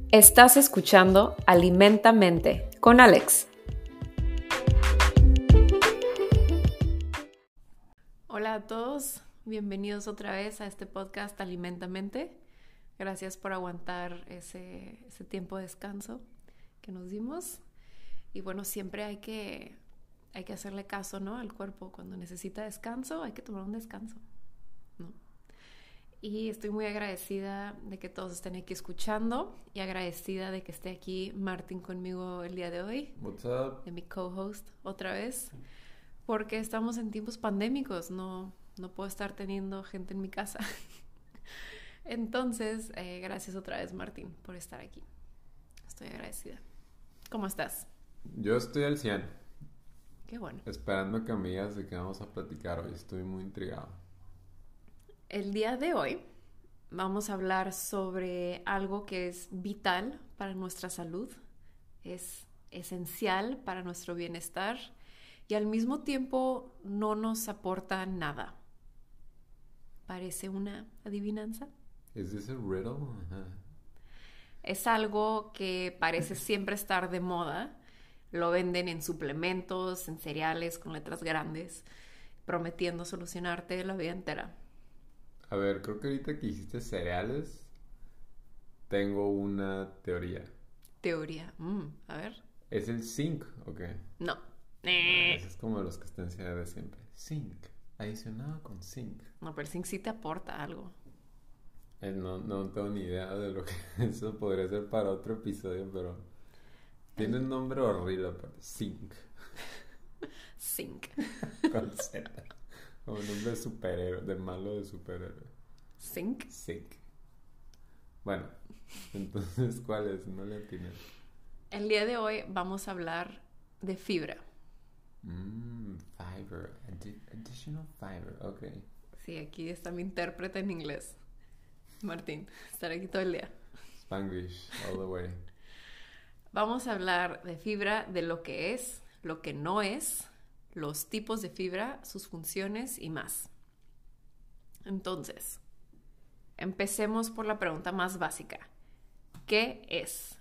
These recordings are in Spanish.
Estás escuchando Alimentamente con Alex. Hola a todos, bienvenidos otra vez a este podcast Alimentamente. Gracias por aguantar ese tiempo de descanso que nos dimos. Y bueno, siempre hay que hacerle caso, ¿no? Al cuerpo. Cuando necesita descanso, hay que tomar un descanso, ¿no? Y estoy muy agradecida de que todos estén aquí escuchando y agradecida de que esté aquí Martín conmigo el día de hoy. What's up? De mi co-host otra vez, porque estamos en tiempos pandémicos, no puedo estar teniendo gente en mi casa. Entonces, gracias otra vez Martín por estar aquí. Estoy agradecida. ¿Cómo estás? Yo estoy al 100. Qué bueno. Esperando que me digas de qué vamos a platicar hoy. Estoy muy intrigado. El día de hoy vamos a hablar sobre algo que es vital para nuestra salud, es esencial para nuestro bienestar y al mismo tiempo no nos aporta nada. ¿Parece una adivinanza? ¿Es this a riddle? Uh-huh. Es algo que parece siempre estar de moda. Lo venden en suplementos, en cereales con letras grandes, prometiendo solucionarte la vida entera. A ver, creo que ahorita que hiciste cereales, tengo una teoría. Teoría. A ver. ¿Es el zinc o qué? No. Ese es como los que están en de siempre. Zinc. Adicionado con zinc. No, pero el zinc sí te aporta algo. No tengo ni idea de lo que eso podría ser para otro episodio, pero tiene un nombre horrible aparte. Zinc. Zinc. Con Z. Como nombre de superhéroe, de malo de superhéroe. ¿Zinc? Zinc. Bueno, entonces, ¿cuál es? No le atiné. El día de hoy vamos a hablar de fibra. Fiber. Additional fiber, ok. Sí, aquí está mi intérprete en inglés. Martín, estaré aquí todo el día. Spanglish, all the way. Vamos a hablar de fibra, de lo que es, lo que no es, los tipos de fibra, sus funciones y más. Entonces, empecemos por la pregunta más básica. ¿Qué es?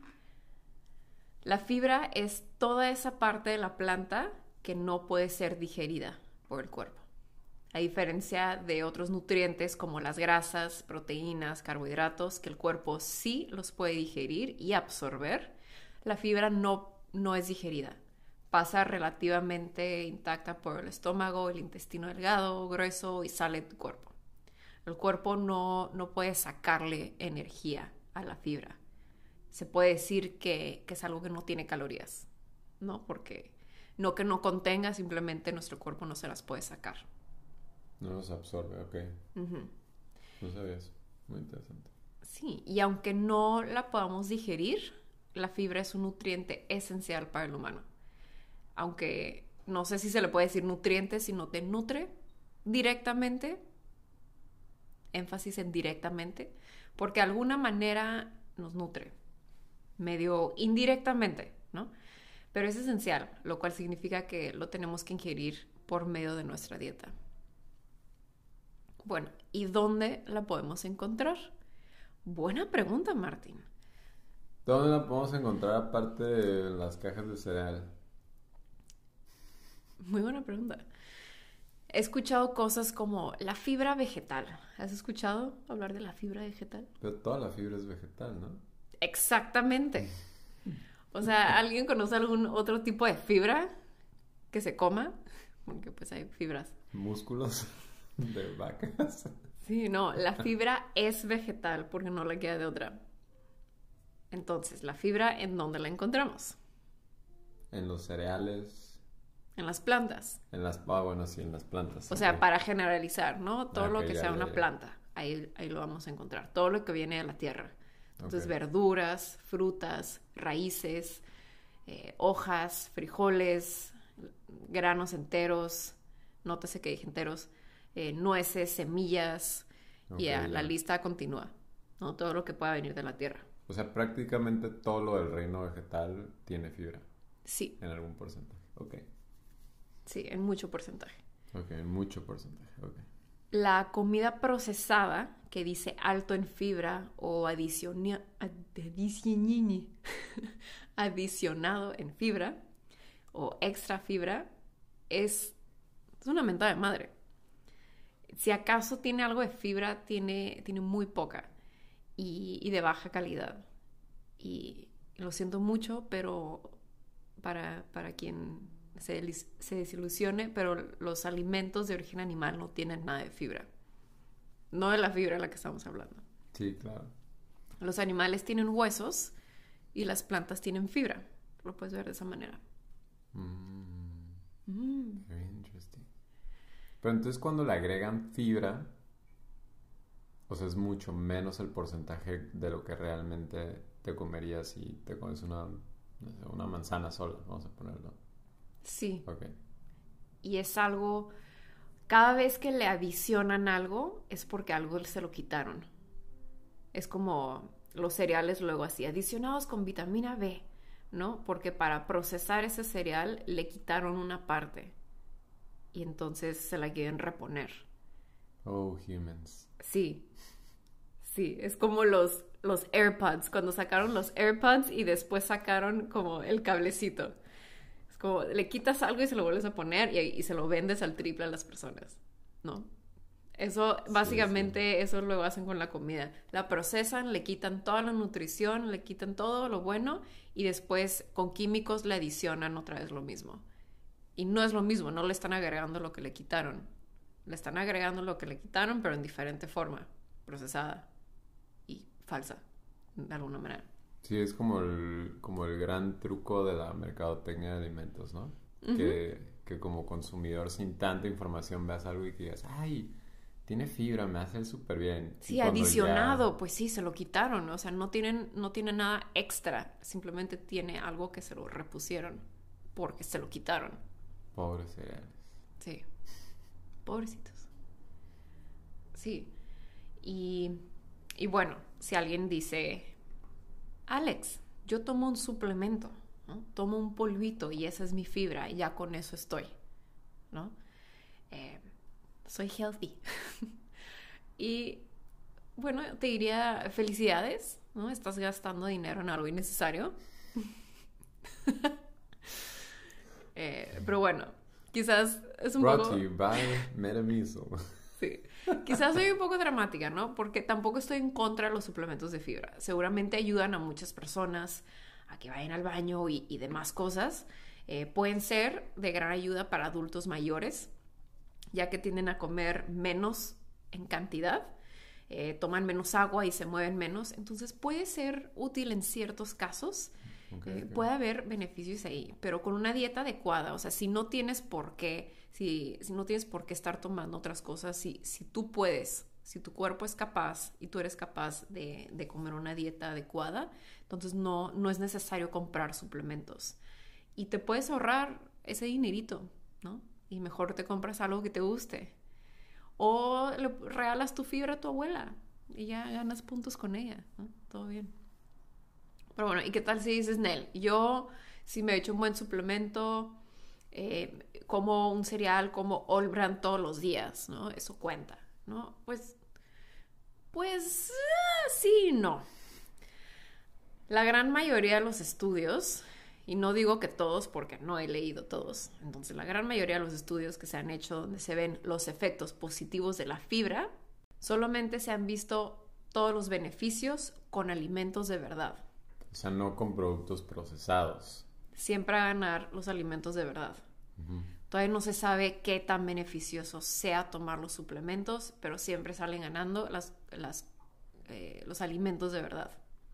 La fibra es toda esa parte de la planta que no puede ser digerida por el cuerpo. A diferencia de otros nutrientes como las grasas, proteínas, carbohidratos, que el cuerpo sí los puede digerir y absorber, la fibra no es digerida. Pasa relativamente intacta por el estómago, el intestino delgado, grueso y sale de tu cuerpo. El cuerpo no puede sacarle energía a la fibra. Se puede decir que es algo que no tiene calorías, ¿no? Porque no que no contenga, simplemente nuestro cuerpo no se las puede sacar. No los absorbe, ok. Uh-huh. No sabía eso. Muy interesante. Sí, y aunque no la podamos digerir, la fibra es un nutriente esencial para el humano. Aunque no sé si se le puede decir nutriente si no te nutre directamente, énfasis en directamente, porque de alguna manera nos nutre, medio indirectamente, ¿no? Pero es esencial, lo cual significa que lo tenemos que ingerir por medio de nuestra dieta. Bueno, ¿y dónde la podemos encontrar? Buena pregunta, Martín. ¿Dónde la podemos encontrar aparte de las cajas de cereal? Muy buena pregunta. He escuchado cosas como la fibra vegetal. ¿Has escuchado hablar de la fibra vegetal? Pero toda la fibra es vegetal, ¿no? Exactamente. O sea, ¿alguien conoce algún otro tipo de fibra que se coma? Porque pues hay fibras. Músculos de vacas. Sí, no, la fibra es vegetal porque no la queda de otra. Entonces, ¿la fibra en dónde la encontramos? En los cereales. En las plantas. En las plantas. O sea, para generalizar, ¿no? Todo lo que sea una ya. planta, ahí lo vamos a encontrar. Todo lo que viene de la tierra. Entonces, Okay. verduras, frutas, raíces, hojas, frijoles, granos enteros, nótese que dije enteros, nueces, semillas, y la lista continúa, ¿no? Todo lo que pueda venir de la tierra. O sea, prácticamente todo lo del reino vegetal tiene fibra. Sí. En algún porcentaje. Ok. Sí, en mucho porcentaje. Ok, en mucho porcentaje. Ok. La comida procesada, que dice alto en fibra o adicionado en fibra o extra fibra, es una mentada de madre. Si acaso tiene algo de fibra, tiene muy poca y de baja calidad. Y lo siento mucho, pero para quien se desilusione, pero los alimentos de origen animal no tienen nada de fibra. No de la fibra de la que estamos hablando. Sí, claro. Los animales tienen huesos y las plantas tienen fibra. Lo puedes ver de esa manera. Very interesting. Pero entonces cuando le agregan fibra, o sea, es mucho menos el porcentaje de lo que realmente te comerías si te comes no sé, una manzana sola, vamos a ponerlo. Sí. Ok. Y es algo... Cada vez que le adicionan algo es porque algo se lo quitaron. Es como los cereales luego así, adicionados con vitamina B, ¿no? Porque para procesar ese cereal le quitaron una parte y entonces se la quieren reponer. Oh, humans. Sí, es como los AirPods, cuando sacaron los AirPods y después sacaron como el cablecito. Es como, le quitas algo y se lo vuelves a poner y se lo vendes al triple a las personas, ¿no? Eso, básicamente, eso luego hacen con la comida. La procesan, le quitan toda la nutrición, le quitan todo lo bueno y después con químicos le adicionan otra vez lo mismo. Y no es lo mismo, no le están agregando lo que le quitaron. Le están agregando lo que le quitaron, pero en diferente forma, procesada y falsa, de alguna manera. Sí, es como el gran truco de la mercadotecnia de alimentos, ¿no? Uh-huh. Que como consumidor sin tanta información veas algo y que digas, ay, tiene fibra, me hace súper bien. Sí, adicionado, pues sí, se lo quitaron, o sea, no tiene nada extra, simplemente tiene algo que se lo repusieron porque se lo quitaron. Pobres cereales. Sí, pobrecitos. Sí, y bueno, si alguien dice... Alex, yo tomo un suplemento, ¿no? Tomo un polvito y esa es mi fibra y ya con eso estoy, ¿no? Soy healthy. Y bueno, te diría felicidades, ¿no? Estás gastando dinero en algo innecesario. Pero bueno, quizás es un Brought poco... to you by Metamucil. Sí. Quizás soy un poco dramática, ¿no? Porque tampoco estoy en contra de los suplementos de fibra. Seguramente ayudan a muchas personas a que vayan al baño y demás cosas. Pueden ser de gran ayuda para adultos mayores, ya que tienden a comer menos en cantidad, toman menos agua y se mueven menos. Entonces puede ser útil en ciertos casos. Okay. Puede haber beneficios ahí, pero con una dieta adecuada. O sea, si no tienes por qué estar tomando otras cosas, si tú puedes, si tu cuerpo es capaz y tú eres capaz de comer una dieta adecuada, entonces no es necesario comprar suplementos. Y te puedes ahorrar ese dinerito, ¿no? Y mejor te compras algo que te guste. O le regalas tu fibra a tu abuela y ya ganas puntos con ella, ¿no? Todo bien. Pero bueno, ¿y qué tal si dices, Nel? Yo, si me he hecho un buen suplemento, como un cereal, como All Bran todos los días, ¿no? Eso cuenta, ¿no? Pues sí, no. La gran mayoría de los estudios, y no digo que todos porque no he leído todos, entonces la gran mayoría de los estudios que se han hecho donde se ven los efectos positivos de la fibra, solamente se han visto todos los beneficios con alimentos de verdad. O sea, no con productos procesados. Siempre a ganar los alimentos de verdad. Uh-huh. Todavía no se sabe qué tan beneficioso sea tomar los suplementos, pero siempre salen ganando los alimentos de verdad.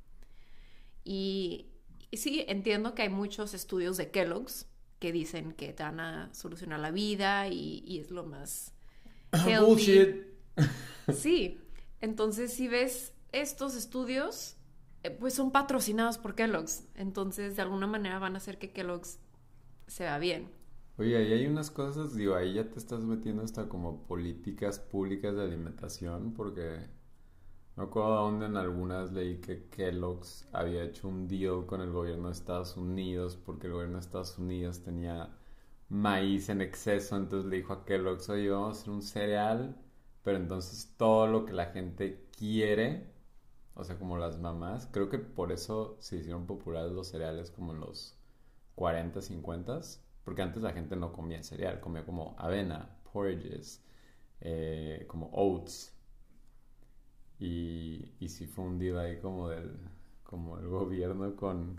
Y sí, entiendo que hay muchos estudios de Kellogg's que dicen que te van a solucionar la vida y es lo más healthy. Bullshit. Sí, entonces si ves estos estudios, pues son patrocinados por Kellogg's. Entonces, de alguna manera van a hacer que Kellogg's se vea bien. Oye, ahí hay unas cosas, digo, ahí ya te estás metiendo hasta como políticas públicas de alimentación, porque no recuerdo dónde en algunas leí que Kellogg's había hecho un deal con el gobierno de Estados Unidos, porque el gobierno de Estados Unidos tenía maíz en exceso, entonces le dijo a Kellogg's, oye, vamos a hacer un cereal, pero entonces todo lo que la gente quiere, o sea, como las mamás, creo que por eso se hicieron populares los cereales como en los 40, 50, porque antes la gente no comía cereal, comía como avena, porridges, como oats, y sí fue un deal ahí como el gobierno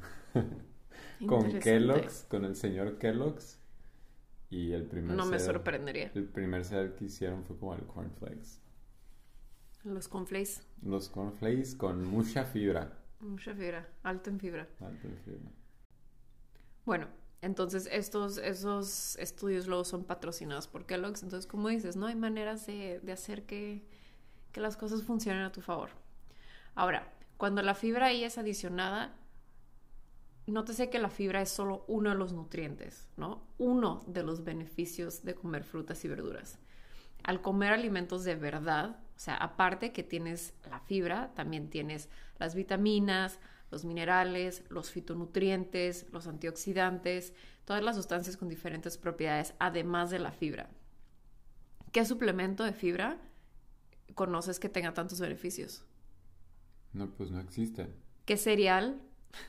con Kellogg's, con el señor Kellogg's. Y el primer No me sorprendería. El primer cereal que hicieron fue como el cornflakes. Los cornflakes. Los cornflakes con mucha fibra. Mucha fibra, alto en fibra. Alto en fibra. Bueno, entonces esos estudios luego son patrocinados por Kellogg's. Entonces, como dices, no hay maneras de hacer que las cosas funcionen a tu favor. Ahora, cuando la fibra ahí es adicionada, nótese que la fibra es solo uno de los nutrientes, ¿no? Uno de los beneficios de comer frutas y verduras. Al comer alimentos de verdad, o sea, aparte que tienes la fibra, también tienes las vitaminas, los minerales, los fitonutrientes, los antioxidantes, todas las sustancias con diferentes propiedades, además de la fibra. ¿Qué suplemento de fibra conoces que tenga tantos beneficios? No, pues no existe. ¿Qué cereal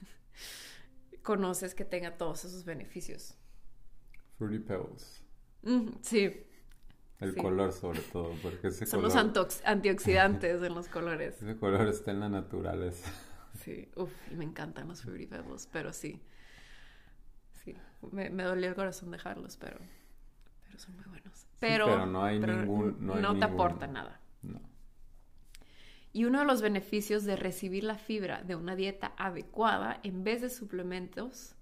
conoces que tenga todos esos beneficios? Fruity Pebbles. Sí. El color sobre todo, porque ese son color... los antioxidantes en los colores. Ese color está en la naturaleza. Sí, y me encantan los Fruity Pebbles, pero sí. Sí, me dolió el corazón dejarlos, pero son muy buenos. Pero no hay ningún... No te aporta nada. No. Y uno de los beneficios de recibir la fibra de una dieta adecuada en vez de suplementos,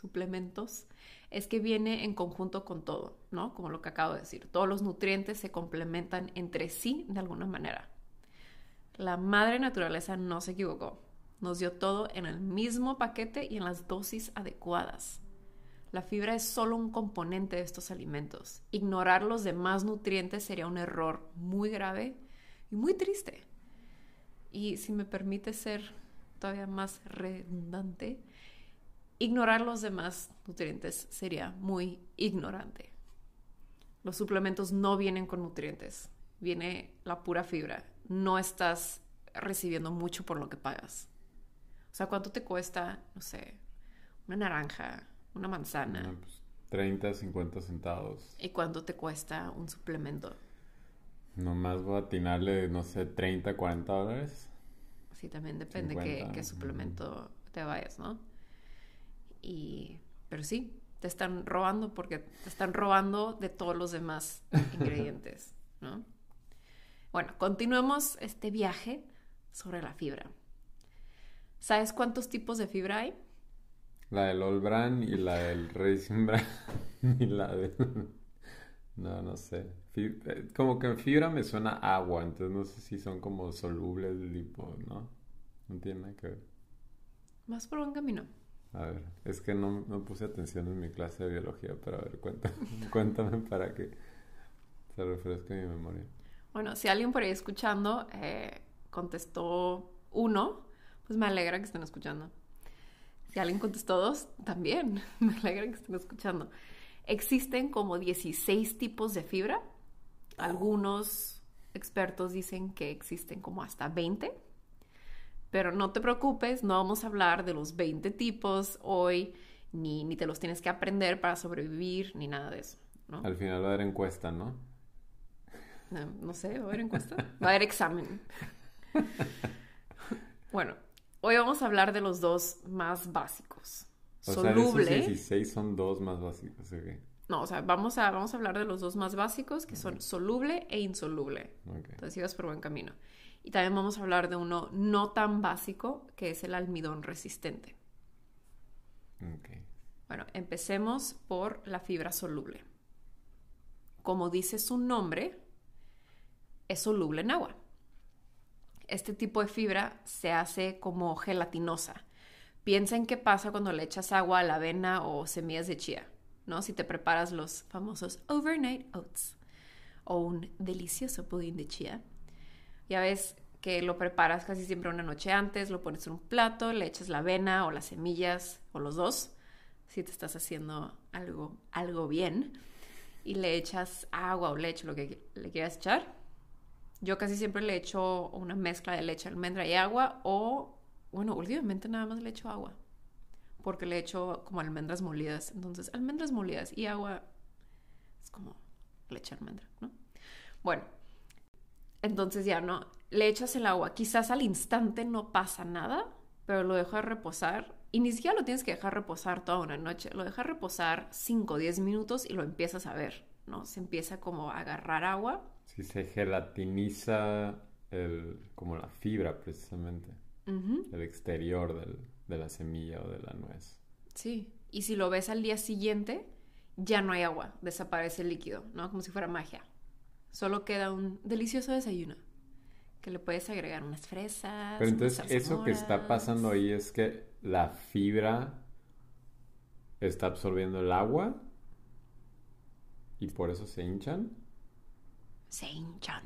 es que viene en conjunto con todo, ¿no? Como lo que acabo de decir. Todos los nutrientes se complementan entre sí de alguna manera. La madre naturaleza no se equivocó. Nos dio todo en el mismo paquete y en las dosis adecuadas. La fibra es solo un componente de estos alimentos. Ignorar los demás nutrientes sería un error muy grave y muy triste. Y si me permite ser todavía más redundante, ignorar los demás nutrientes sería muy ignorante. Los suplementos no vienen con nutrientes, viene la pura fibra. No estás recibiendo mucho por lo que pagas. O sea, ¿cuánto te cuesta, no sé, una naranja, una manzana? No, pues 30, 50 centavos. ¿Y cuánto te cuesta un suplemento? Nomás voy a atinarle, no sé, 30, 40 dólares. Sí, también depende 50. qué suplemento te vayas, ¿no? Pero sí, te están robando porque te están robando de todos los demás ingredientes, ¿no? Bueno, continuemos este viaje sobre la fibra. ¿Sabes cuántos tipos de fibra hay? La del All Bran y la del Raisin Bran y la de... No sé. Como que fibra me suena a agua, entonces no sé si son como solubles del tipo, ¿no? No tiene nada que ver. Vas por buen camino. A ver, es que no puse atención en mi clase de biología, pero a ver, cuéntame para que se refresque mi memoria. Bueno, si alguien por ahí escuchando contestó 1, pues me alegra que estén escuchando. Si alguien contestó 2, también me alegra que estén escuchando. Existen como 16 tipos de fibra. Algunos expertos dicen que existen como hasta 20. Pero no te preocupes, no vamos a hablar de los 20 tipos hoy, ni te los tienes que aprender para sobrevivir, ni nada de eso, ¿no? Al final va a haber encuesta, ¿no? No sé, ¿va a haber encuesta? Va a haber examen. Bueno, hoy vamos a hablar de los 2 más básicos. O Soluble. sea, de esos 16 son 2 más básicos, ¿ok? No, o sea, vamos a hablar de los 2 más básicos, que son soluble e insoluble. Okay. Entonces ibas por buen camino. Y también vamos a hablar de uno no tan básico, que es el almidón resistente. Okay. Bueno, empecemos por la fibra soluble. Como dice su nombre, es soluble en agua. Este tipo de fibra se hace como gelatinosa. Piensa en qué pasa cuando le echas agua a la avena o semillas de chía, ¿no? Si te preparas los famosos overnight oats o un delicioso pudín de chía. Ya ves que lo preparas casi siempre una noche antes, lo pones en un plato, le echas la avena o las semillas o los dos, si te estás haciendo algo bien, y le echas agua o leche, lo que le quieras echar. Yo casi siempre le echo una mezcla de leche, almendra y agua o, bueno, últimamente nada más le echo agua porque le echo como almendras molidas. Entonces, almendras molidas y agua es como leche de almendra, ¿no? Bueno, entonces ya, ¿no? Le echas el agua. Quizás al instante no pasa nada, pero lo dejas reposar. Y ni siquiera lo tienes que dejar reposar toda una noche. Lo dejas reposar 5 o 10 minutos y lo empiezas a ver, ¿no? Se empieza como a agarrar agua. Sí, se gelatiniza como la fibra, precisamente. El exterior de la semilla o de la nuez. Sí. Y si lo ves al día siguiente, ya no hay agua. Desaparece el líquido, ¿no? Como si fuera magia. Solo queda un delicioso desayuno. Que le puedes agregar unas fresas. Pero entonces unas eso que zarzamoras. está pasando ahí es que la fibra está absorbiendo el agua y por eso se hinchan. Se hinchan.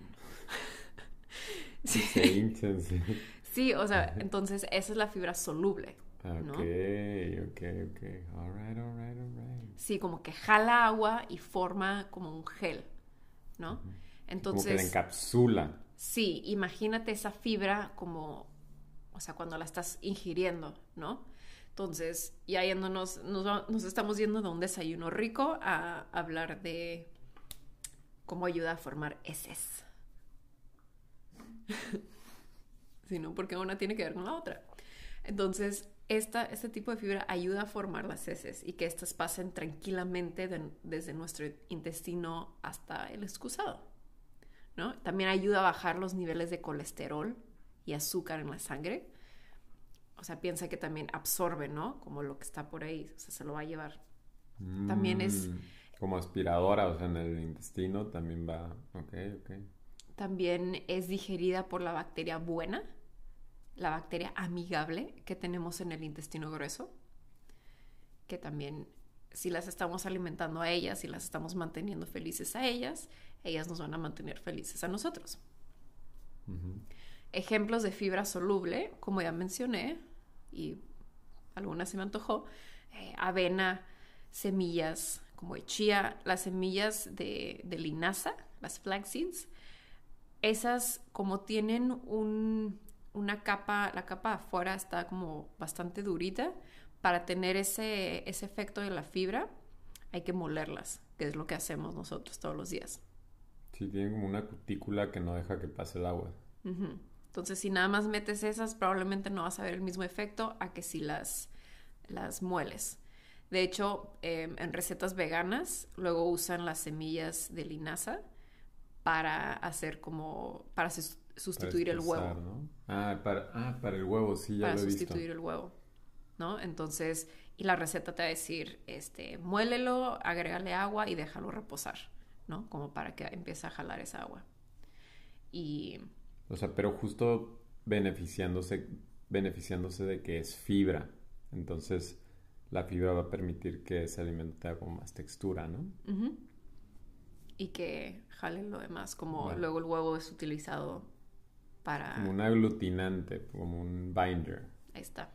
Sí. Se hinchan, sí. Sí, o sea, entonces esa es la fibra soluble, ¿no? Ok. All right. Sí, como que jala agua y forma como un gel, ¿no? Entonces, como que la encapsula. sí, imagínate esa fibra como, o sea, cuando la estás ingiriendo, ¿no? Entonces, ya yéndonos, nos estamos yendo de un desayuno rico a hablar de cómo ayuda a formar heces. Sí, ¿no? Porque una tiene que ver con la otra. Entonces, este tipo de fibra ayuda a formar las heces y que éstas pasen tranquilamente desde nuestro intestino hasta el excusado, ¿no? También ayuda a bajar los niveles de colesterol y azúcar en la sangre. O sea, piensa que también absorbe, ¿no? Como lo que está por ahí, o sea, se lo va a llevar. También es... Como aspiradora, o sea, en el intestino también va... Ok. También es digerida por la bacteria buena, la bacteria amigable que tenemos en el intestino grueso, que también, si las estamos alimentando a ellas, si las estamos manteniendo felices a ellas nos van a mantener felices a nosotros. Ejemplos de fibra soluble, como ya mencioné, y algunas se me antojó, avena, semillas como de chía, las semillas de linaza, las flax seeds, esas como tienen una capa, la capa de afuera está como bastante durita, para tener ese efecto de la fibra hay que molerlas, que es lo que hacemos nosotros todos los días. Sí, tienen como una cutícula que no deja que pase el agua. Entonces, si nada más metes esas, probablemente no vas a ver el mismo efecto a que si las mueles. De hecho, en recetas veganas, luego usan las semillas de linaza para hacer como... para sustituir para el huevo. ¿no? Para el huevo, sí, ya lo he visto. Para sustituir el huevo, ¿no? Entonces, y la receta te va a decir, muélelo, agrégale agua y déjalo reposar, ¿no? Como para que empiece a jalar esa agua. Y... O sea, pero justo beneficiándose de que es fibra. Entonces, la fibra va a permitir que ese alimento tenga como más textura, ¿no? Y que jale lo demás, como Bueno. luego el huevo es utilizado para... Como un aglutinante, como un binder. Ahí está.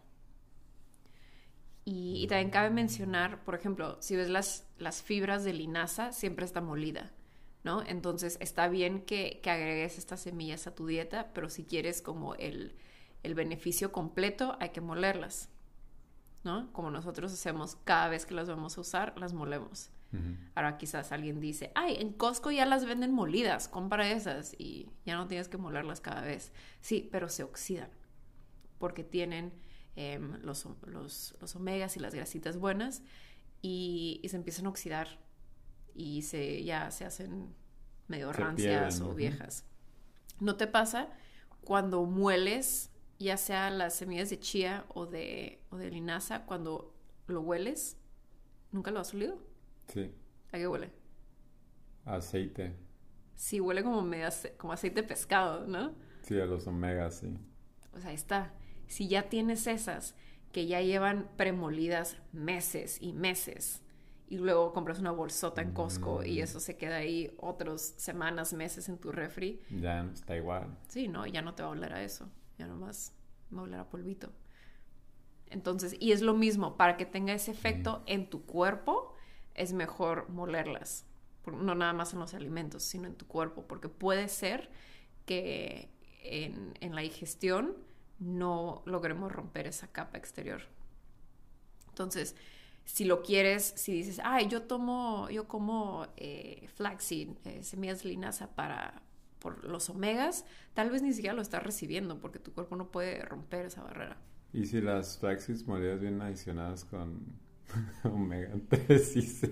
Y también cabe mencionar, por ejemplo, si ves las fibras de linaza, siempre está molida, ¿no? Entonces está bien que agregues estas semillas a tu dieta, pero si quieres como el beneficio completo, hay que molerlas, ¿no? Como nosotros hacemos cada vez que las vamos a usar, las molemos. Ahora quizás alguien dice, ay, en Costco ya las venden molidas, compra esas y ya no tienes que molerlas cada vez. Sí, pero se oxidan porque tienen los omegas y las grasitas buenas y se empiezan a oxidar y ya se hacen medio rancias o viejas. ¿No te pasa cuando mueles ya sea las semillas de chía o de linaza, cuando lo hueles? ¿Nunca lo has olido? Sí. ¿A qué huele? Aceite. Sí, huele como como aceite de pescado, ¿no? Sí, a los omegas, sí. O sea, ahí está. Si ya tienes esas que ya llevan premolidas meses y meses y luego compras una bolsota en Costco y eso se queda ahí otras semanas, meses en tu refri. Ya no está igual. Sí, no, ya no te va a oler a eso. Ya nomás va a oler a polvito. Entonces, y es lo mismo, para que tenga ese efecto en tu cuerpo, es mejor molerlas. No nada más en los alimentos, sino en tu cuerpo, porque puede ser que en la digestión no logremos romper esa capa exterior. Entonces, si lo quieres, si dices, yo como flaxseed, semillas de linaza por los omegas, tal vez ni siquiera lo estás recibiendo porque tu cuerpo no puede romper esa barrera. ¿Y si las flaxseeds molidas vienen adicionadas con omega 3 y 6?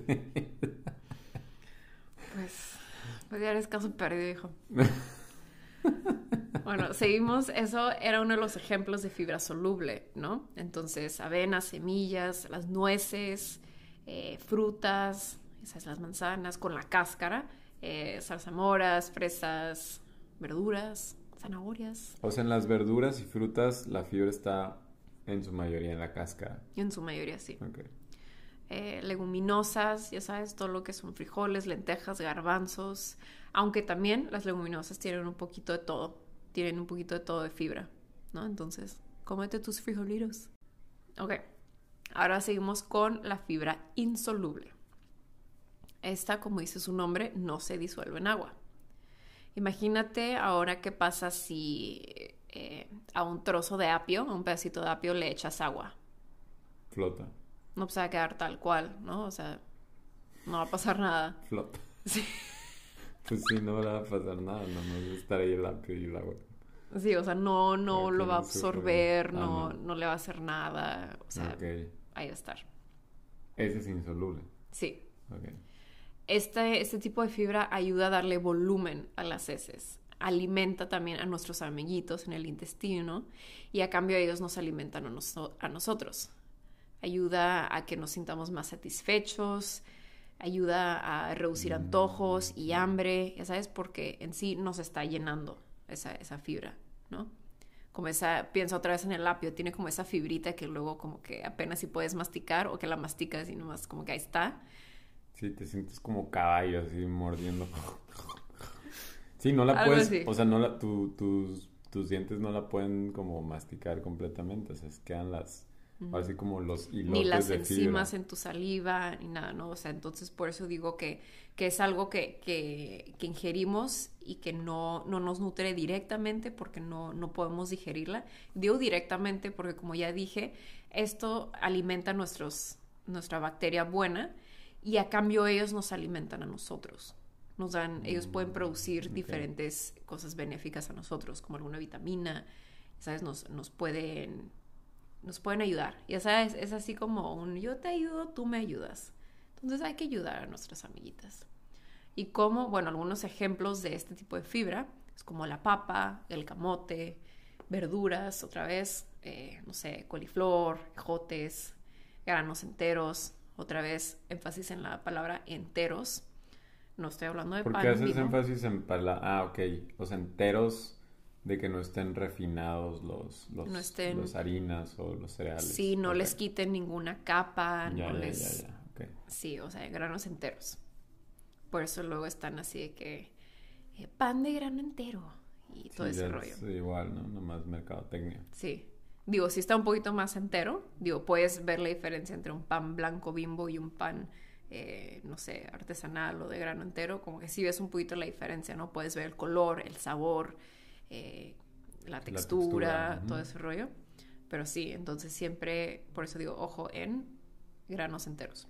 Pues ya eres caso perdido, hijo. Bueno, seguimos. Eso era uno de los ejemplos de fibra soluble, ¿no? Entonces, avena, semillas, las nueces, frutas, esas las manzanas con la cáscara, zarzamoras, fresas, verduras, zanahorias. O sea, en las verduras y frutas la fibra está en su mayoría en la cáscara. En su mayoría, sí. Okay. Leguminosas, ya sabes, todo lo que son frijoles, lentejas, garbanzos, aunque también las leguminosas tienen un poquito de todo, tienen un poquito de todo de fibra, ¿no? Entonces, cómete tus frijolitos. Ok, ahora seguimos con la fibra insoluble. Esta, como dice su nombre, no se disuelve en agua. Imagínate ahora qué pasa si a un trozo de apio, a un pedacito de apio le echas agua. Flota. No se va a quedar tal cual, ¿no? O sea, no va a pasar nada. Flota. Sí. Pues sí, no le va a pasar nada, nomás estar ahí el apio y el agua. Sí, o sea, no lo va a absorber, no le va a hacer nada. O sea, ahí va a estar. Ese es insoluble. Sí. Okay. Este tipo de fibra ayuda a darle volumen a las heces. Alimenta también a nuestros amiguitos en el intestino y a cambio ellos nos alimentan a nosotros. Ayuda a que nos sintamos más satisfechos, ayuda a reducir antojos y hambre, ya sabes, porque en sí nos está llenando esa fibra, ¿no? Como piensa otra vez en el apio, tiene como esa fibrita que luego como que apenas si puedes masticar o que la masticas y nomás como que ahí está. Sí, te sientes como caballo así mordiendo. Sí, no la Algo puedes, así. o sea, tus dientes no la pueden como masticar completamente, o sea, quedan así como los hilotes ni las de enzimas fibra. en tu saliva, ni nada, ¿no? O sea, entonces por eso digo que es algo que ingerimos y que no nos nutre directamente porque no podemos digerirla. Digo directamente porque, como ya dije, esto alimenta nuestra bacteria buena y a cambio ellos nos alimentan a nosotros. Ellos pueden producir diferentes cosas benéficas a nosotros, como alguna vitamina, ¿sabes? Nos pueden ayudar. Ya sabes, es así como yo te ayudo, tú me ayudas. Entonces hay que ayudar a nuestras amiguitas. Y como, bueno, algunos ejemplos de este tipo de fibra es como la papa, el camote, verduras, otra vez, no sé, coliflor, ejotes, granos enteros, otra vez énfasis en la palabra enteros. No estoy hablando de pan. ¿Por qué haces mismo. énfasis en ok, los enteros de que no estén refinados los harinas o los cereales? Sí, no les quiten ninguna capa, Okay. Sí, o sea, granos enteros. Por eso luego están así de que pan de grano entero y todo ese rollo. Sí, igual, ¿no? Nomás mercadotecnia. Sí. Digo, si está un poquito más entero, puedes ver la diferencia entre un pan blanco Bimbo y un pan, no sé, artesanal o de grano entero. Como que sí ves un poquito la diferencia, ¿no? Puedes ver el color, el sabor, la textura, todo ese rollo. Pero sí, entonces siempre, por eso digo, ojo en granos enteros.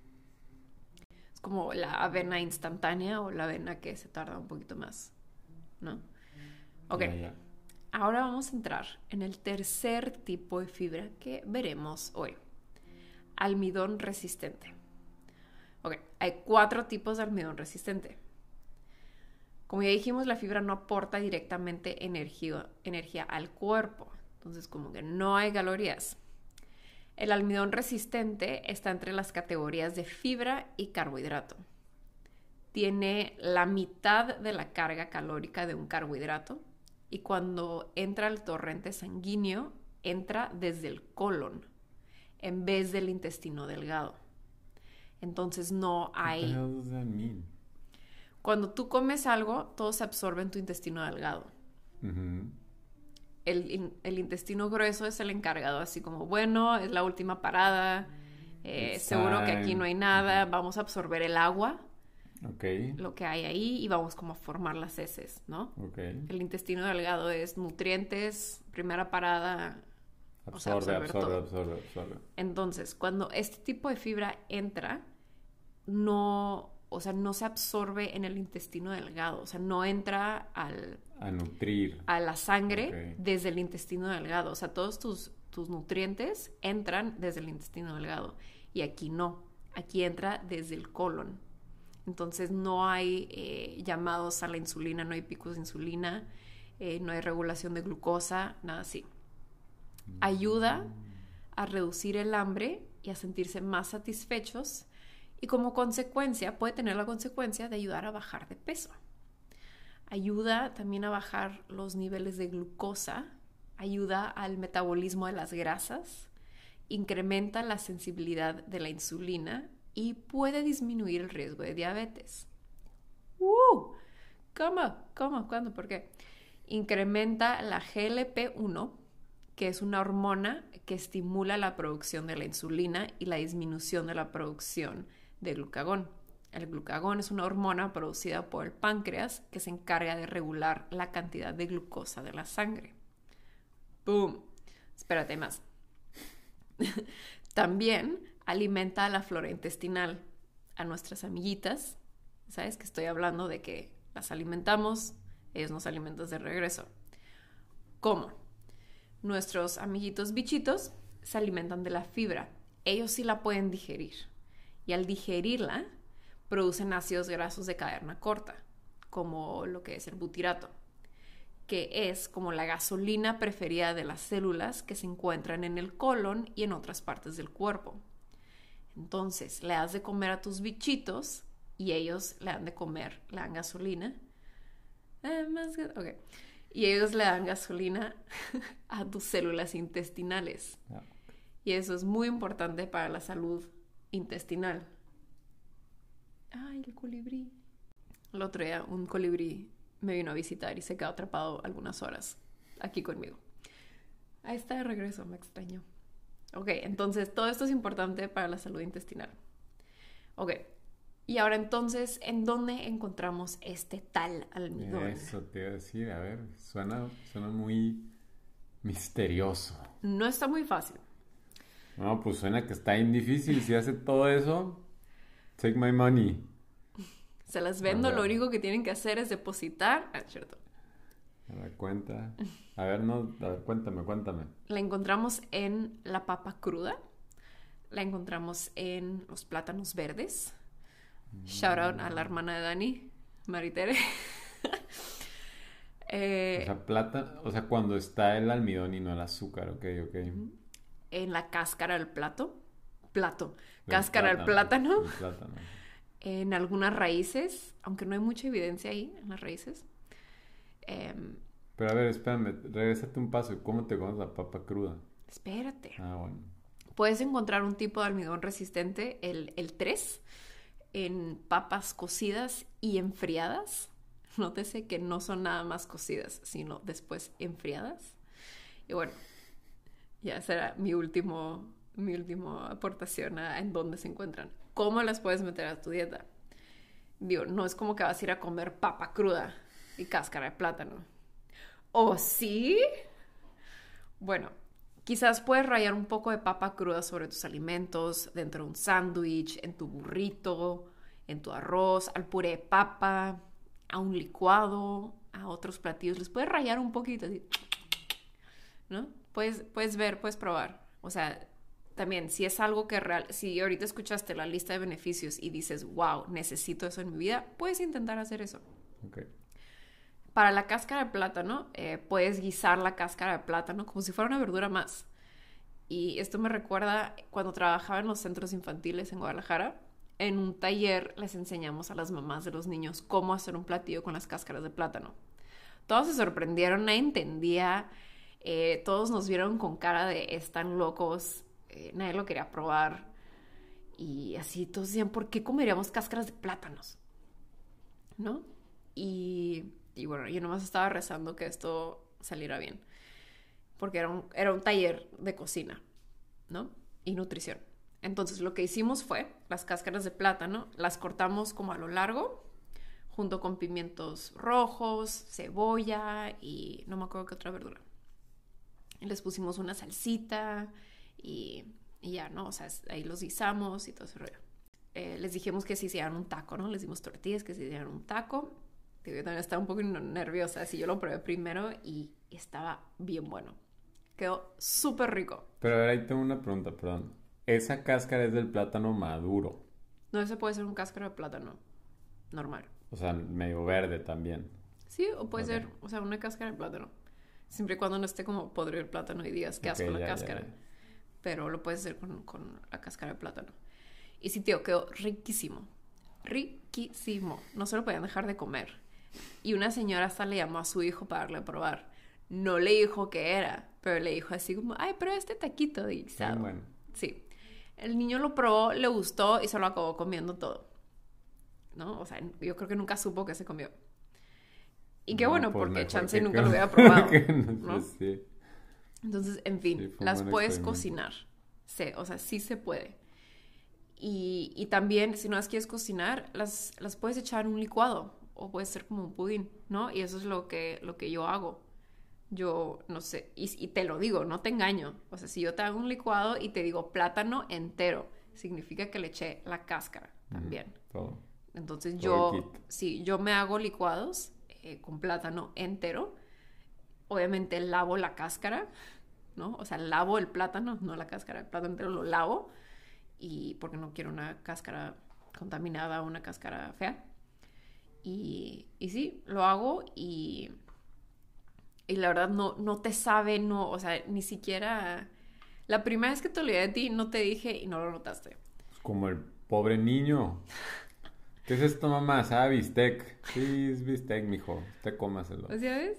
Es como la avena instantánea o la avena que se tarda un poquito más, ¿no? Ok. Ya. Ahora vamos a entrar en el tercer tipo de fibra que veremos hoy. Almidón resistente. Ok, hay 4 tipos de almidón resistente. Como ya dijimos, la fibra no aporta directamente energía al cuerpo. Entonces, como que no hay calorías. El almidón resistente está entre las categorías de fibra y carbohidrato. Tiene la mitad de la carga calórica de un carbohidrato y cuando entra al torrente sanguíneo, entra desde el colon en vez del intestino delgado. Entonces no hay... What the hell does that mean? Cuando tú comes algo, todo se absorbe en tu intestino delgado. Uh-huh. El intestino grueso es el encargado, así como, bueno, es la última parada, seguro que aquí no hay nada, vamos a absorber el agua, Ok, lo que hay ahí y vamos como a formar las heces, ¿no? ok. El intestino delgado es nutrientes, primera parada, o sea, absorber todo. Absorbe. Entonces, cuando este tipo de fibra entra, no, o sea, no se absorbe en el intestino delgado, o sea, no entra A nutrir. a la sangre Ok. desde el intestino delgado, o sea, todos tus nutrientes entran desde el intestino delgado y aquí no, aquí entra desde el colon. Entonces no hay llamados a la insulina, no hay picos de insulina, no hay regulación de glucosa, nada así. Ayuda a reducir el hambre y a sentirse más satisfechos y como consecuencia puede tener la consecuencia de ayudar a bajar de peso. Ayuda también a bajar los niveles de glucosa, ayuda al metabolismo de las grasas, incrementa la sensibilidad de la insulina y puede disminuir el riesgo de diabetes. ¿Cómo? ¿Cuándo? ¿Por qué? Incrementa la GLP-1, que es una hormona que estimula la producción de la insulina y la disminución de la producción de glucagón. El glucagón es una hormona producida por el páncreas que se encarga de regular la cantidad de glucosa de la sangre. ¡Boom! Espérate más. También alimenta a la flora intestinal, a nuestras amiguitas. ¿Sabes? Que estoy hablando de que las alimentamos, ellos nos alimentan de regreso. ¿Cómo? Nuestros amiguitos bichitos se alimentan de la fibra. Ellos sí la pueden digerir. Y al digerirla, producen ácidos grasos de cadena corta, como lo que es el butirato, que es como la gasolina preferida de las células que se encuentran en el colon y en otras partes del cuerpo. Entonces, le das de comer a tus bichitos y ellos le dan de comer, le dan gasolina. Y ellos le dan gasolina a tus células intestinales. Y eso es muy importante para la salud intestinal. Ay, el colibrí. El otro día un colibrí me vino a visitar y se quedó atrapado algunas horas aquí conmigo. Ahí está de regreso, me extrañó. Ok, entonces todo esto es importante para la salud intestinal. Ok, y ahora entonces, ¿en dónde encontramos este tal almidón? Eso te iba a decir, a ver, suena muy misterioso. No está muy fácil. No, pues suena que está bien difícil. Si hace todo eso, take my money. Se las vendo, O sea, lo único que tienen que hacer es depositar. Cierto. A la cuenta. A ver, cuéntame. La encontramos en la papa cruda. La encontramos en los plátanos verdes. Shout out a la hermana de Dani, Maritere. O sea, cuando está el almidón y no el azúcar, ok. En la cáscara del cáscara del plátano. El plátano. En algunas raíces, aunque no hay mucha evidencia ahí en las raíces. Pero a ver, espérame, regrésate un paso. ¿Cómo te comes la papa cruda? Espérate. Ah, bueno. Puedes encontrar un tipo de almidón resistente, el 3, en papas cocidas y enfriadas. Nótese que no son nada más cocidas, sino después enfriadas. Y bueno, ya será mi última aportación a en dónde se encuentran. ¿Cómo las puedes meter a tu dieta? Digo, no es como que vas a ir a comer papa cruda y cáscara de plátano. ¿O sí? Bueno, quizás puedes rallar un poco de papa cruda sobre tus alimentos, dentro de un sándwich, en tu burrito, en tu arroz, al puré de papa, a un licuado, a otros platillos. Les puedes rallar un poquito, así, ¿no? Puedes ver, puedes probar. O sea, también, si es algo que si ahorita escuchaste la lista de beneficios y dices, wow, necesito eso en mi vida, puedes intentar hacer eso. Ok. Para la cáscara de plátano, puedes guisar la cáscara de plátano como si fuera una verdura más. Y esto me recuerda cuando trabajaba en los centros infantiles en Guadalajara. En un taller les enseñamos a las mamás de los niños cómo hacer un platillo con las cáscaras de plátano. Todos se sorprendieron, nadie entendía. Todos nos vieron con cara de están locos. Nadie lo quería probar. Y así todos decían, ¿por qué comeríamos cáscaras de plátanos? ¿No? Y bueno, yo nomás estaba rezando que esto saliera bien. Porque era un taller de cocina, ¿no? Y nutrición. Entonces lo que hicimos fue, las cáscaras de plátano, las cortamos como a lo largo, junto con pimientos rojos, cebolla y no me acuerdo qué otra verdura. Y les pusimos una salsita y ya, ¿no? O sea, ahí los guisamos y todo ese rollo. Les dijimos que si hicieran un taco, ¿no? Les dimos tortillas, que si hicieran un taco. Yo también estaba un poco nerviosa, así yo lo probé primero y estaba bien bueno. Quedó súper rico. Pero a ver, ahí tengo una pregunta, perdón. Esa cáscara es del plátano maduro. No, ese puede ser un cáscara de plátano normal. O sea, medio verde también. Sí, o puede ser, o sea, una cáscara de plátano. Siempre y cuando no esté como podrido el plátano y digas qué asco la cáscara. Ya. Pero lo puedes hacer con la cáscara de plátano. Y sí, tío, quedó riquísimo. Riquísimo. No se lo podían dejar de comer. Y una señora hasta le llamó a su hijo para darle a probar. No le dijo qué era, pero le dijo así como, ay, pero este taquito de guisado. Bueno. Sí. El niño lo probó, le gustó y se lo acabó comiendo todo. ¿No? O sea, yo creo que nunca supo que se comió. Y qué bueno, pues porque chance nunca lo hubiera probado. ¿No? Sí. Entonces, en fin, sí, las puedes cocinar. Sí, o sea, sí se puede. Y también, si no las quieres cocinar, las puedes echar en un licuado. O puede ser como un pudín, ¿no? Y eso es lo que yo hago. Yo, no sé, y te lo digo, no te engaño. O sea, si yo te hago un licuado y te digo plátano entero, significa que le eché la cáscara también. Todo. Entonces yo me hago licuados con plátano entero. Obviamente lavo la cáscara, ¿no? O sea, lavo el plátano, no la cáscara, el plátano entero lo lavo. Y porque no quiero una cáscara contaminada, una cáscara fea. Y sí, lo hago y la verdad no te sabe, no, o sea, ni siquiera... La primera vez que te olvidé de ti no te dije y no lo notaste. Como el pobre niño. ¿Qué es esto, mamá? ¿Sabe bistec? Sí, es bistec, mijo. Te cómaselo. ¿Sabes?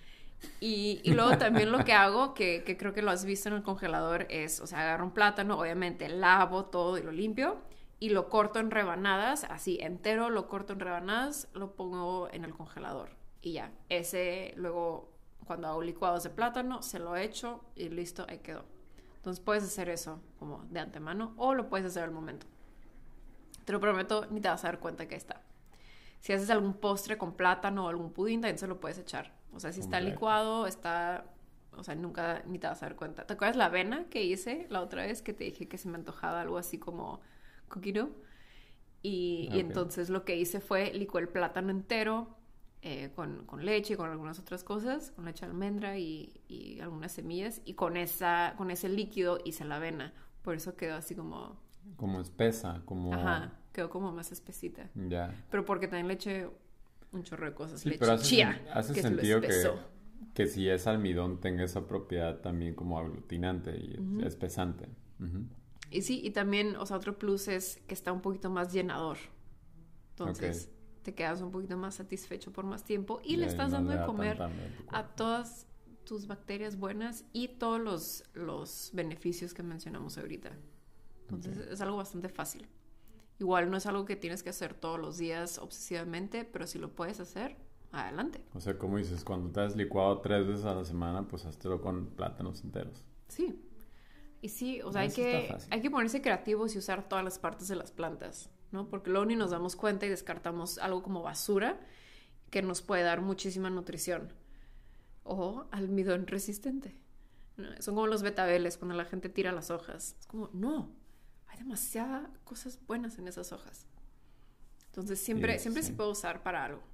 Y luego también lo que hago, que creo que lo has visto en el congelador, es, o sea, agarro un plátano, obviamente lavo todo y lo limpio. Y lo corto en rebanadas, así entero, lo corto en rebanadas, lo pongo en el congelador. Y ya, ese luego, cuando hago licuados de plátano, se lo echo y listo, ahí quedó. Entonces puedes hacer eso como de antemano o lo puedes hacer al momento. Te lo prometo, ni te vas a dar cuenta que está. Si haces algún postre con plátano o algún pudín, también se lo puedes echar. O sea, si está licuado, está... O sea, nunca ni te vas a dar cuenta. ¿Te acuerdas la avena que hice la otra vez que te dije que se me antojaba algo así como... cookie dough. Y entonces lo que hice fue licué el plátano entero con leche y con algunas otras cosas, con leche de almendra y algunas semillas, y con ese líquido hice la avena. Por eso quedó así como... Como espesa, como... Ajá, quedó como más espesita. Ya. Pero porque también le eché un chorro de cosas. Sí, leche pero chía, hace sentido que si es almidón tenga esa propiedad también como aglutinante y espesante. Uh-huh. Y sí, y también, o sea, otro plus es que está un poquito más llenador. Entonces, te quedas un poquito más satisfecho por más tiempo y le estás dando de comer a todas tus bacterias buenas y todos los beneficios que mencionamos ahorita. Entonces, es algo bastante fácil. Igual no es algo que tienes que hacer todos los días obsesivamente, pero si lo puedes hacer, adelante. O sea, como dices, cuando te has licuado 3 veces a la semana, pues hazlo con plátanos enteros. Sí. Y sí, o sea, hay que ponerse creativos y usar todas las partes de las plantas, ¿no? Porque luego ni nos damos cuenta y descartamos algo como basura que nos puede dar muchísima nutrición. O almidón resistente, ¿no? Son como los betabeles cuando la gente tira las hojas. Es como, no, hay demasiadas cosas buenas en esas hojas. Entonces siempre se puede usar para algo.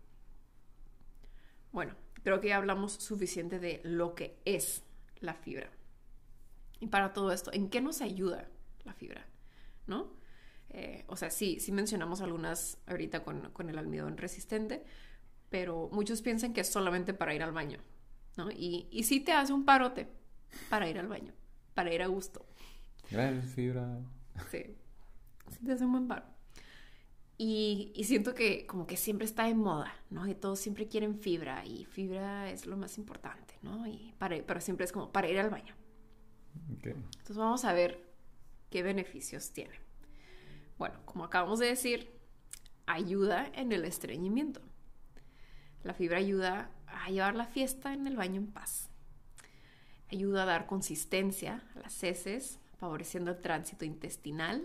Bueno, creo que ya hablamos suficiente de lo que es la fibra. Y para todo esto, ¿en qué nos ayuda la fibra? ¿No? O sea, sí mencionamos algunas ahorita con el almidón resistente, pero muchos piensan que es solamente para ir al baño, ¿no? Y sí te hace un parote para ir al baño, para ir a gusto. Gracias, fibra. Sí te hace un buen paro. Y siento que como que siempre está de moda, ¿no? Y todos siempre quieren fibra, y fibra es lo más importante, ¿no? Pero siempre es como para ir al baño. Okay. Entonces vamos a ver qué beneficios tiene. Bueno, como acabamos de decir, ayuda en el estreñimiento. La fibra ayuda a llevar la fiesta en el baño en paz. Ayuda a dar consistencia a las heces favoreciendo el tránsito intestinal.